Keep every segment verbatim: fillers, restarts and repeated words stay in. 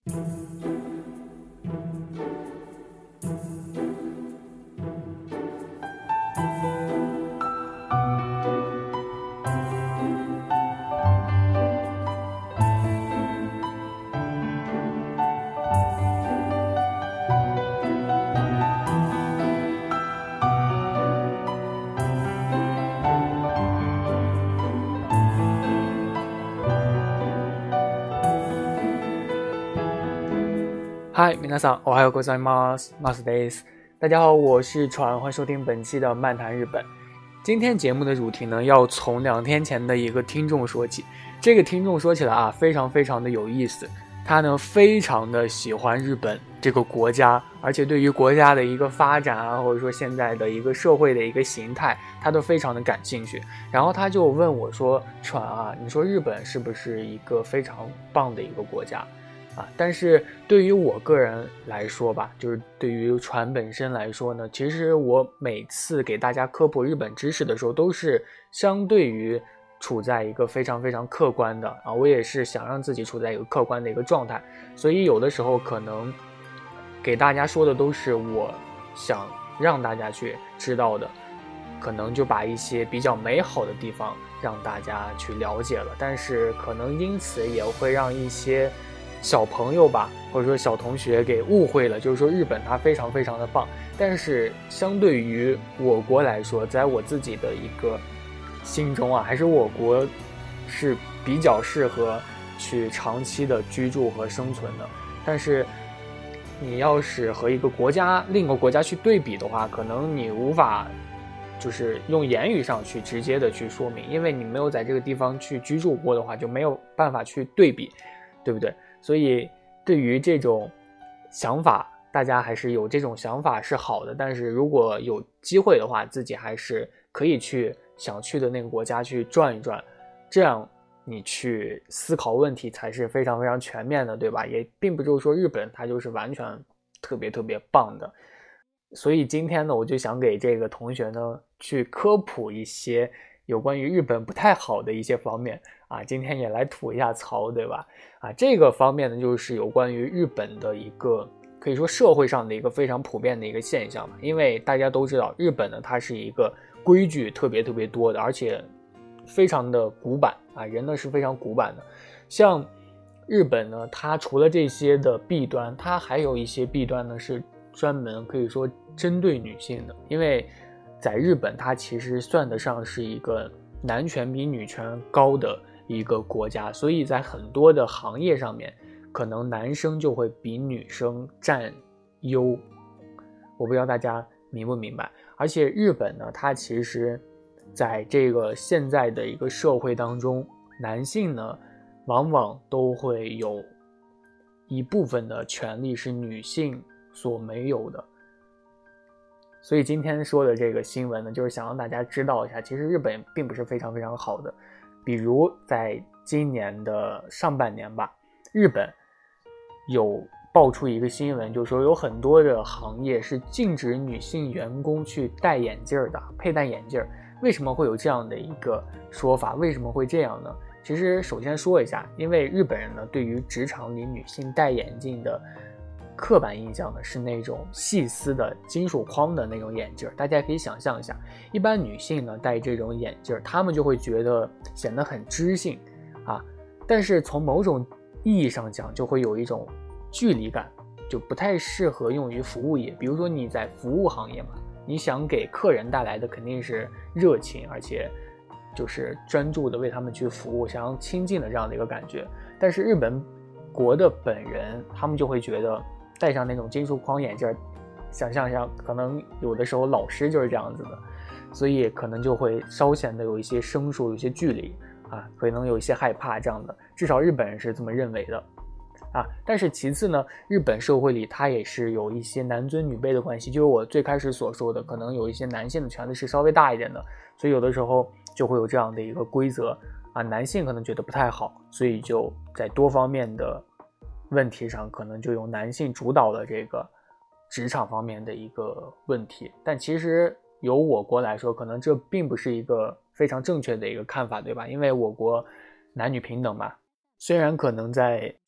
嗨，皆さん、おはようございます。マスです。大家好，我是船，欢迎收听本期的漫谈日本。今天节目的主题呢，要从两天前的一个听众说起。这个听众说起来啊，非常非常的有意思。他呢，非常的喜欢日本这个国家，而且对于国家的一个发展啊，或者说现在的一个社会的一个形态，他都非常的感兴趣。然后他就问我说：“船啊，你说日本是不是一个非常棒的一个国家？”啊，但是对于我个人来说吧，就是对于船本身来说呢，其实我每次给大家科普日本知识的时候，都是相对于处在一个非常非常客观的啊，我也是想让自己处在一个客观的一个状态，所以有的时候可能给大家说的都是我想让大家去知道的，可能就把一些比较美好的地方让大家去了解了，但是可能因此也会让一些小朋友吧，或者说小同学给误会了，就是说日本它非常非常的棒，但是相对于我国来说，在我自己的一个心中啊，还是我国是比较适合去长期的居住和生存的。但是你要是和一个国家另一个国家去对比的话，可能你无法就是用言语上去直接的去说明，因为你没有在这个地方去居住过的话，就没有办法去对比，对不对？所以对于这种想法，大家还是有这种想法是好的，但是如果有机会的话，自己还是可以去想去的那个国家去转一转，这样你去思考问题才是非常非常全面的，对吧？也并不就是说日本它就是完全特别特别棒的。所以今天呢，我就想给这个同学呢去科普一些有关于日本不太好的一些方面啊，今天也来吐一下槽，对吧？啊，这个方面呢，就是有关于日本的一个可以说社会上的一个非常普遍的一个现象嘛。因为大家都知道，日本呢，它是一个规矩特别特别多的，而且非常的古板啊，人呢是非常古板的。像日本呢，它除了这些的弊端，它还有一些弊端呢是专门可以说针对女性的，因为在日本，它其实算得上是一个男权比女权高的一个国家，所以在很多的行业上面，可能男生就会比女生占优。我不知道大家明不明白。而且日本呢，它其实在这个现在的一个社会当中，男性呢，往往都会有一部分的权利是女性所没有的。所以今天说的这个新闻呢，就是想让大家知道一下，其实日本并不是非常非常好的。比如在今年的上半年吧，日本有爆出一个新闻，就是说有很多的行业是禁止女性员工去戴眼镜的，佩戴眼镜。为什么会有这样的一个说法？为什么会这样呢？其实首先说一下，因为日本人呢，对于职场里女性戴眼镜的刻板印象呢是那种细丝的金属框的那种眼镜，大家可以想象一下，一般女性呢戴这种眼镜，她们就会觉得显得很知性啊，但是从某种意义上讲，就会有一种距离感，就不太适合用于服务业。比如说你在服务行业嘛，你想给客人带来的肯定是热情，而且就是专注的为他们去服务，想要亲近的这样的一个感觉。但是日本国的本人，他们就会觉得戴上那种金属框眼镜，想象一下，可能有的时候老师就是这样子的，所以可能就会稍显得有一些生疏，有一些距离啊，可能有一些害怕这样的，至少日本人是这么认为的啊。但是其次呢，日本社会里它也是有一些男尊女卑的关系，就是我最开始所说的，可能有一些男性的权利是稍微大一点的，所以有的时候就会有这样的一个规则啊，男性可能觉得不太好，所以就在多方面的问题上可能就由男性主导了这个职场方面的一个问题。但其实由我国来说，可能这并不是一个非常正确的一个看法，对吧？因为我国男女平等嘛，虽然可能在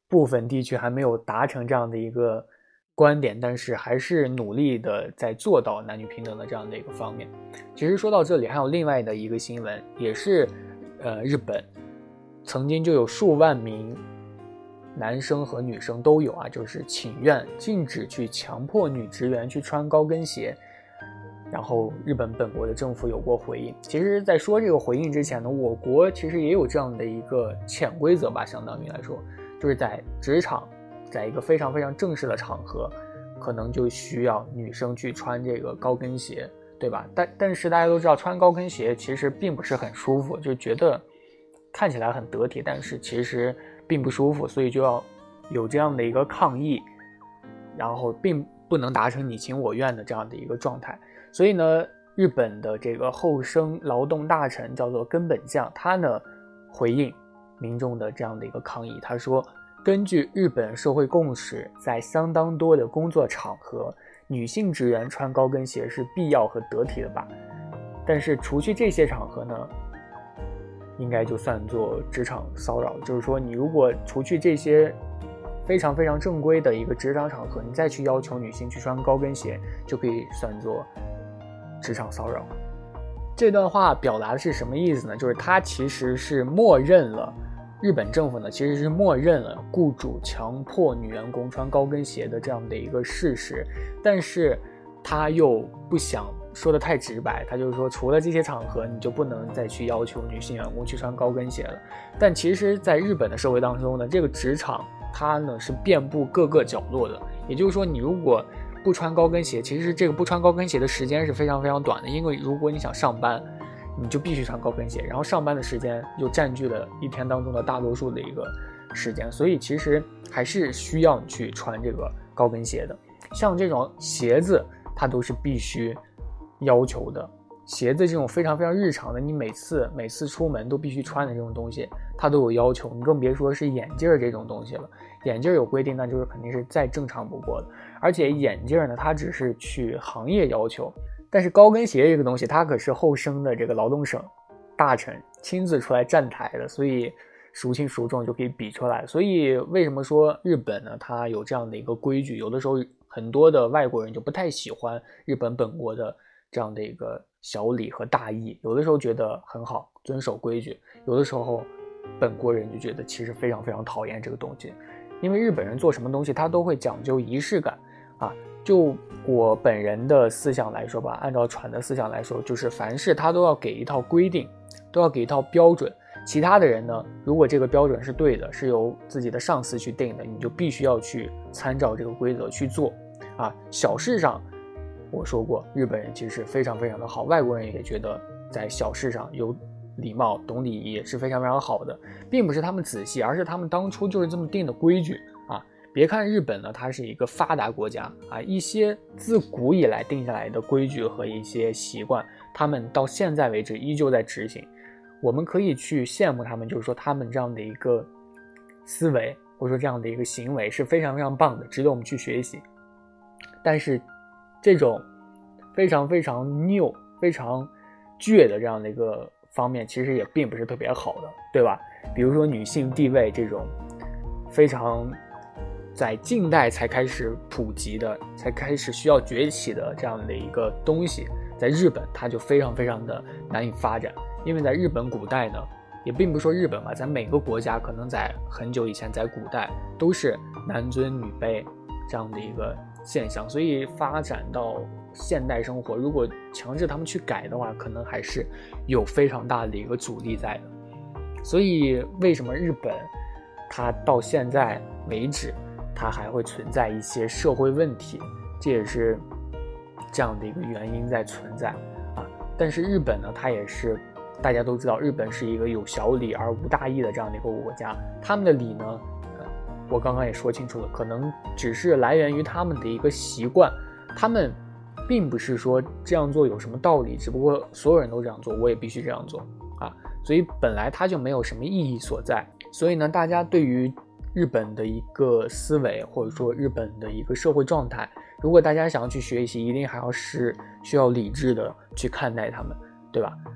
部分地区还没有达成这样的一个观点，但是还是努力的在做到男女平等的这样的一个方面。其实说到这里，还有另外的一个新闻，也是呃日本曾经就有数万名男生和女生都有啊，就是请愿禁止去强迫女职员去穿高跟鞋，然后日本本国的政府有过回应。其实在说这个回应之前呢，我国其实也有这样的一个潜规则吧，相当于来说，就是在职场，在一个非常非常正式的场合，可能就需要女生去穿这个高跟鞋，对吧？但但是大家都知道，穿高跟鞋其实并不是很舒服，就觉得看起来很得体，但是其实并不舒服，所以就要有这样的一个抗议，然后并不能达成你情我愿的这样的一个状态。所以呢，日本的这个厚生劳动大臣叫做根本将，他呢回应民众的这样的一个抗议，他说，根据日本社会共识，在相当多的工作场合，女性职员穿高跟鞋是必要和得体的吧，但是除去这些场合呢，应该就算作职场骚扰。就是说，你如果除去这些非常非常正规的一个职场场合，你再去要求女性去穿高跟鞋，就可以算作职场骚扰。这段话表达的是什么意思呢？就是它其实是默认了日本政府呢，其实是默认了雇主强迫女员工穿高跟鞋的这样的一个事实，但是他又不想说的太直白，他就是说，除了这些场合，你就不能再去要求女性员工去穿高跟鞋了。但其实，在日本的社会当中呢，这个职场它呢是遍布各个角落的，也就是说，你如果不穿高跟鞋，其实这个不穿高跟鞋的时间是非常非常短的，因为如果你想上班，你就必须穿高跟鞋，然后上班的时间又占据了一天当中的大多数的一个时间，所以其实还是需要你去穿这个高跟鞋的。像这种鞋子，它都是必须要求的。鞋子这种非常非常日常的，你每次每次出门都必须穿的这种东西，它都有要求，你更别说是眼镜这种东西了。眼镜有规定，那就是肯定是再正常不过的。而且眼镜呢，它只是去行业要求，但是高跟鞋这个东西，它可是厚生的这个劳动省大臣亲自出来站台的，所以孰轻孰重就可以比出来。所以为什么说日本呢，它有这样的一个规矩，有的时候很多的外国人就不太喜欢日本本国的这样的一个小礼和大义，有的时候觉得很好，遵守规矩，有的时候本国人就觉得其实非常非常讨厌这个东西。因为日本人做什么东西他都会讲究仪式感啊，就我本人的思想来说吧，按照传的思想来说，就是凡事他都要给一套规定，都要给一套标准，其他的人呢，如果这个标准是对的，是由自己的上司去定的，你就必须要去参照这个规则去做啊。小事上我说过，日本人其实是非常非常的好，外国人也觉得在小事上有礼貌懂礼仪是非常非常好的，并不是他们仔细，而是他们当初就是这么定的规矩啊。别看日本呢，它是一个发达国家啊，一些自古以来定下来的规矩和一些习惯，他们到现在为止依旧在执行。我们可以去羡慕他们，就是说他们这样的一个思维或者说这样的一个行为是非常非常棒的，值得我们去学习。但是这种非常非常拗非常倔的这样的一个方面，其实也并不是特别好的，对吧？比如说女性地位这种非常在近代才开始普及的，才开始需要崛起的这样的一个东西，在日本它就非常非常的难以发展。因为在日本古代呢，也并不说日本吧，在每个国家可能在很久以前，在古代都是男尊女卑这样的一个现象，所以发展到现代生活，如果强制他们去改的话，可能还是有非常大的一个阻力在的。所以为什么日本它到现在为止它还会存在一些社会问题，这也是这样的一个原因在存在啊。但是日本呢，它也是大家都知道，日本是一个有小礼而无大义的这样的一个国家，他们的礼呢，我刚刚也说清楚了，可能只是来源于他们的一个习惯，他们并不是说这样做有什么道理，只不过所有人都这样做，我也必须这样做啊，所以本来它就没有什么意义所在。所以呢，大家对于日本的一个思维或者说日本的一个社会状态，如果大家想要去学习，一定还要是需要理智的去看待他们，对吧？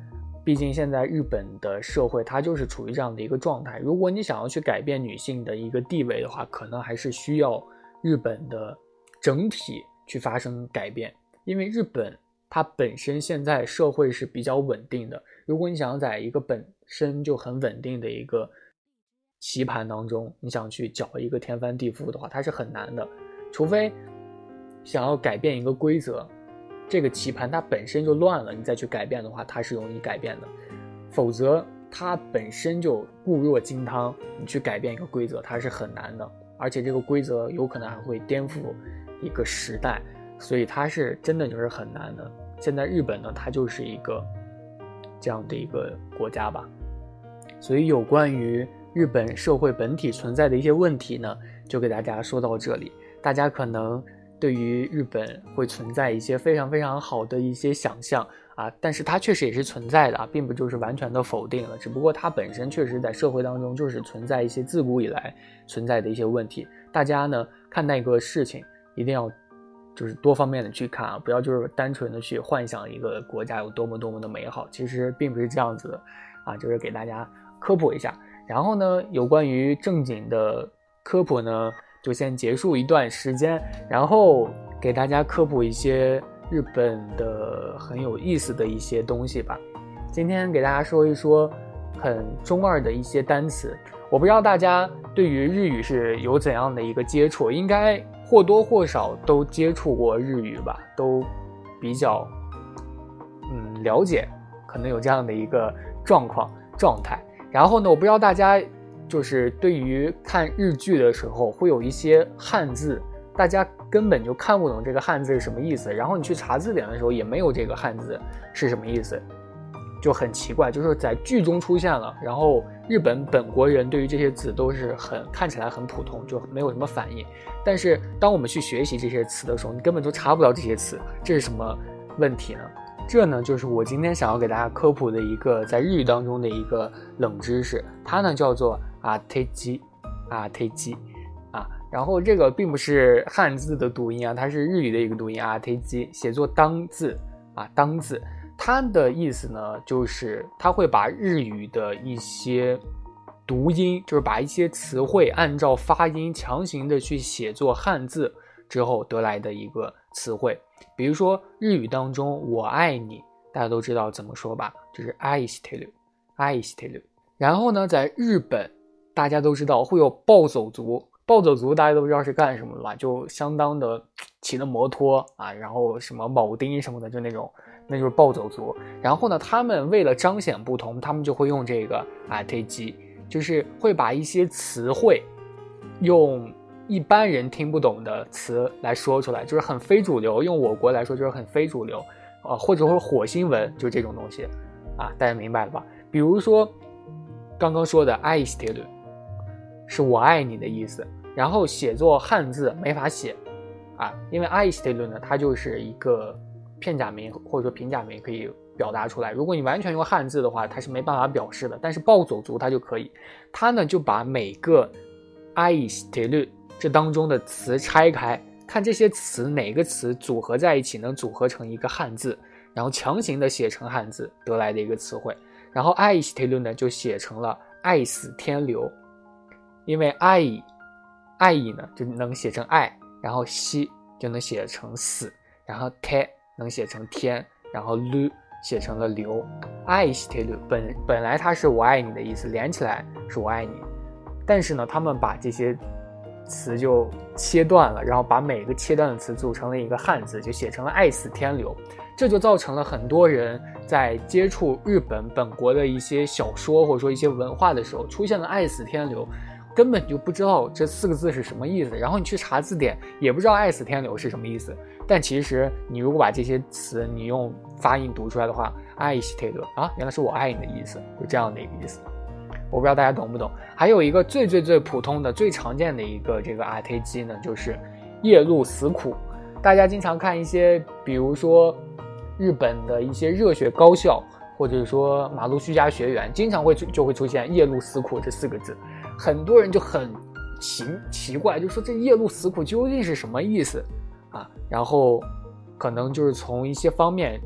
毕竟现在日本的社会它就是处于这样的一个状态，如果你想要去改变女性的一个地位的话，可能还是需要日本的整体去发生改变。因为日本它本身现在社会是比较稳定的，如果你想要在一个本身就很稳定的一个棋盘当中，你想去搅一个天翻地覆的话，它是很难的。除非想要改变一个规则，这个棋盘它本身就乱了，你再去改变的话，它是容易改变的。否则它本身就固若金汤，你去改变一个规则它是很难的，而且这个规则有可能还会颠覆一个时代，所以它是真的就是很难的。现在日本呢，它就是一个这样的一个国家吧。所以有关于日本社会本体存在的一些问题呢，就给大家说到这里。大家可能对于日本会存在一些非常非常好的一些想象啊，但是它确实也是存在的啊，并不就是完全的否定了，只不过它本身确实在社会当中就是存在一些自古以来存在的一些问题。大家呢看待一个事情一定要就是多方面的去看啊，不要就是单纯的去幻想一个国家有多么多么的美好，其实并不是这样子的啊，就是给大家科普一下。然后呢，有关于正经的科普呢，就先结束一段时间，然后给大家科普一些日本的很有意思的一些东西吧。今天给大家说一说很中二的一些单词，我不知道大家对于日语是有怎样的一个接触，应该或多或少都接触过日语吧，都比较嗯了解，可能有这样的一个状况状态。然后呢，我不知道大家就是对于看日剧的时候会有一些汉字，大家根本就看不懂这个汉字是什么意思，然后你去查字典的时候也没有这个汉字是什么意思，就很奇怪，就是在剧中出现了，然后日本本国人对于这些字都是很看起来很普通，就没有什么反应。但是当我们去学习这些词的时候，你根本就查不到这些词，这是什么问题呢？这呢就是我今天想要给大家科普的一个在日语当中的一个冷知识，它呢叫做啊忒基啊忒基啊，然后这个并不是汉字的读音啊，它是日语的一个读音啊忒基，写作当字啊当字。它的意思呢就是它会把日语的一些读音，就是把一些词汇按照发音强行的去写作汉字之后得来的一个词汇。比如说日语当中我爱你，大家都知道怎么说吧，就是愛してる愛してる。然后呢在日本大家都知道会有暴走族，暴走族大家都知道是干什么的吧，就相当的骑的摩托啊，然后什么铆钉什么的，就那种那就是暴走族。然后呢他们为了彰显不同，他们就会用这个啊忒基，就是会把一些词汇用一般人听不懂的词来说出来，就是很非主流，用我国来说就是很非主流啊、呃，或者说火星文，就这种东西啊，大家明白了吧？比如说刚刚说的愛してる是我爱你的意思，然后写作汉字没法写啊，因为愛してる呢它就是一个片假名或者说平假名可以表达出来，如果你完全用汉字的话它是没办法表示的，但是暴走族它就可以，它呢就把每个愛してる这当中的词拆开，看这些词哪个词组合在一起能组合成一个汉字，然后强行的写成汉字得来的一个词汇。然后愛してる呢就写成了爱死天流，因为愛愛呢就能写成爱，然后死就能写成死，然后天能写成天，然后る写成了流。愛してる本本来它是我爱你的意思，连起来是我爱你，但是呢他们把这些词就切断了，然后把每个切断的词组成了一个汉字，就写成了爱死天流。这就造成了很多人在接触日本本国的一些小说或者说一些文化的时候，出现了爱死天流，根本就不知道这四个字是什么意思，然后你去查字典也不知道爱死天流是什么意思。但其实你如果把这些词你用发音读出来的话，愛してる啊，原来是我爱你的意思，就这样的一个意思。我不知道大家懂不懂。还有一个最最最普通的最常见的一个这个啊忒基呢，就是夜路死苦。大家经常看一些比如说日本的一些热血高校，或者说马路须加学园，经常会就会出现夜路死苦这四个字，很多人就很奇奇怪，就说这夜路死苦究竟是什么意思啊？然后可能就是从一些方面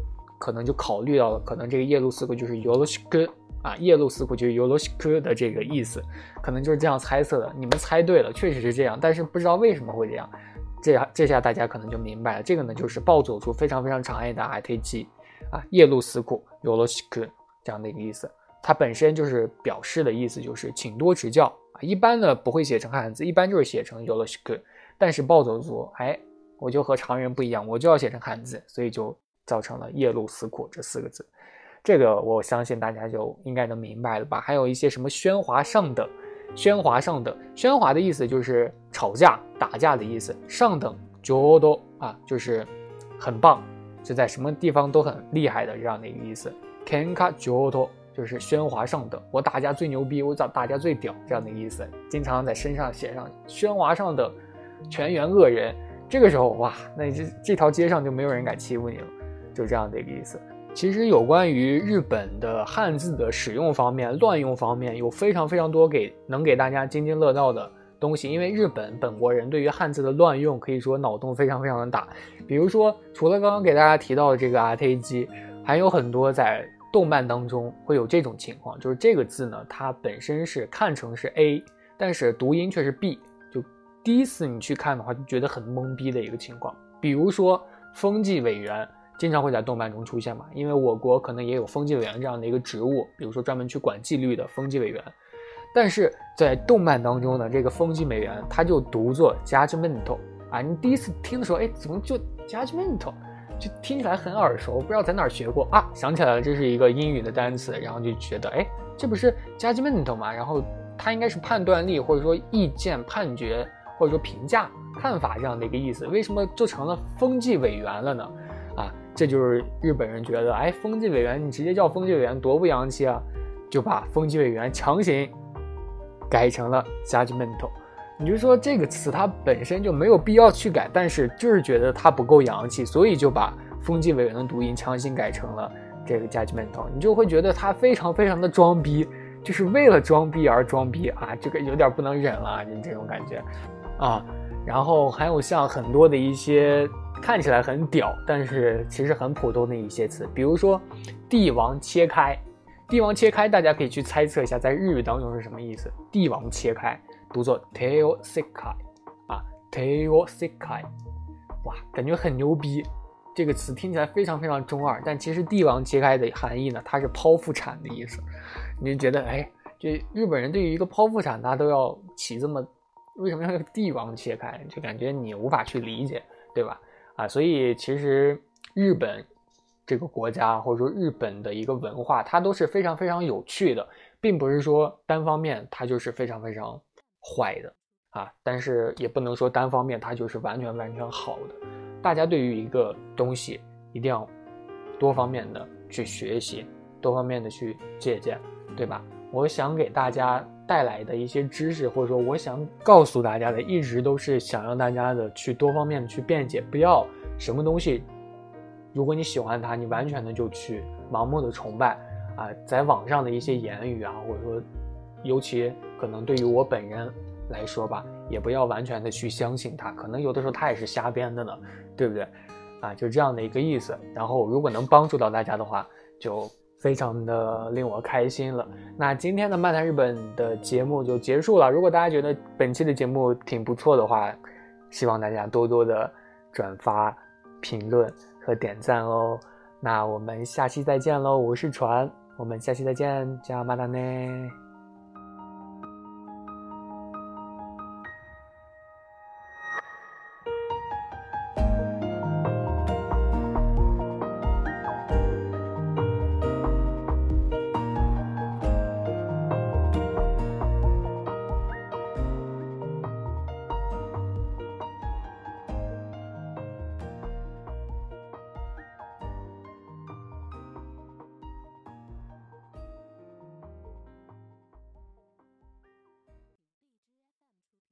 可能就考虑到了，可能这个夜路四库就是よろしく啊，夜路四库就是よろしく的这个意思，可能就是这样猜测的。你们猜对了，确实是这样，但是不知道为什么会这样。这样这下大家可能就明白了，这个呢就是暴走族非常非常常爱的当て字啊，夜路四库よろしく这样的一个意思。它本身就是表示的意思就是请多指教啊，一般呢不会写成汉字，一般就是写成よろしく，但是暴走族哎，我就和常人不一样，我就要写成汉字，所以就造成了夜路四库这四个字。这个我相信大家就应该能明白了吧。还有一些什么喧哗上等，喧哗上等，喧哗的意思就是吵架打架的意思，上等ちょうど啊就是很棒，就在什么地方都很厉害的这样的一个意思。喧嘩ちょうど就是喧哗上等，我打架最牛逼，我打架最屌这样的意思，经常在身上写上喧哗上等全员恶人，这个时候哇，那这这条街上就没有人敢欺负你了，就这样的一个意思。其实有关于日本的汉字的使用方面、乱用方面，有非常非常多给能给大家津津乐道的东西。因为日本本国人对于汉字的乱用，可以说脑洞非常非常的大。比如说，除了刚刚给大家提到的这个当て字，还有很多在动漫当中会有这种情况，就是这个字呢，它本身是看成是 A， 但是读音却是 B， 就第一次你去看的话，就觉得很懵逼的一个情况。比如说，风纪委员。经常会在动漫中出现嘛，因为我国可能也有风纪委员这样的一个职务，比如说专门去管纪律的风纪委员，但是在动漫当中呢，这个风纪委员他就读作 judgment 啊，你第一次听的时候，哎，怎么就 judgment， 就听起来很耳熟，不知道在哪儿学过啊，想起来了，这是一个英语的单词，然后就觉得，哎，这不是 judgment 吗？然后它应该是判断力或者说意见、判决或者说评价、看法这样的一个意思，为什么就成了风纪委员了呢？啊，这就是日本人觉得，哎，风纪委员你直接叫风纪委员多不洋气啊，就把风纪委员强行改成了 judgmental。你就说这个词它本身就没有必要去改，但是就是觉得它不够洋气，所以就把风纪委员的读音强行改成了这个 judgmental。你就会觉得它非常非常的装逼，就是为了装逼而装逼啊，这个有点不能忍了，就这种感觉啊。然后还有像很多的一些看起来很屌，但是其实很普通的一些词，比如说帝王切开，帝王切开大家可以去猜测一下在日语当中是什么意思。帝王切开读作 teo sekai 啊 teo sekai， 哇，感觉很牛逼，这个词听起来非常非常中二，但其实帝王切开的含义呢，它是剖腹产的意思。你就觉得哎，这日本人对于一个剖腹产他都要起这么，为什么要用帝王切开，就感觉你无法去理解，对吧？啊，所以其实日本这个国家或者说日本的一个文化，它都是非常非常有趣的，并不是说单方面它就是非常非常坏的啊，但是也不能说单方面它就是完全完全好的。大家对于一个东西一定要多方面的去学习，多方面的去借鉴，对吧？我想给大家带来的一些知识，或者说我想告诉大家的，一直都是想让大家的去多方面的去辩解，不要什么东西如果你喜欢它，你完全的就去盲目的崇拜啊，在网上的一些言语啊，或者说尤其可能对于我本人来说吧，也不要完全的去相信它，可能有的时候它也是瞎编的呢，对不对啊？就这样的一个意思。然后如果能帮助到大家的话，就非常的令我开心了。那今天的漫谈日本的节目就结束了。如果大家觉得本期的节目挺不错的话，希望大家多多的转发、评论和点赞哦。那我们下期再见喽，我是船，我们下期再见，加马达呢。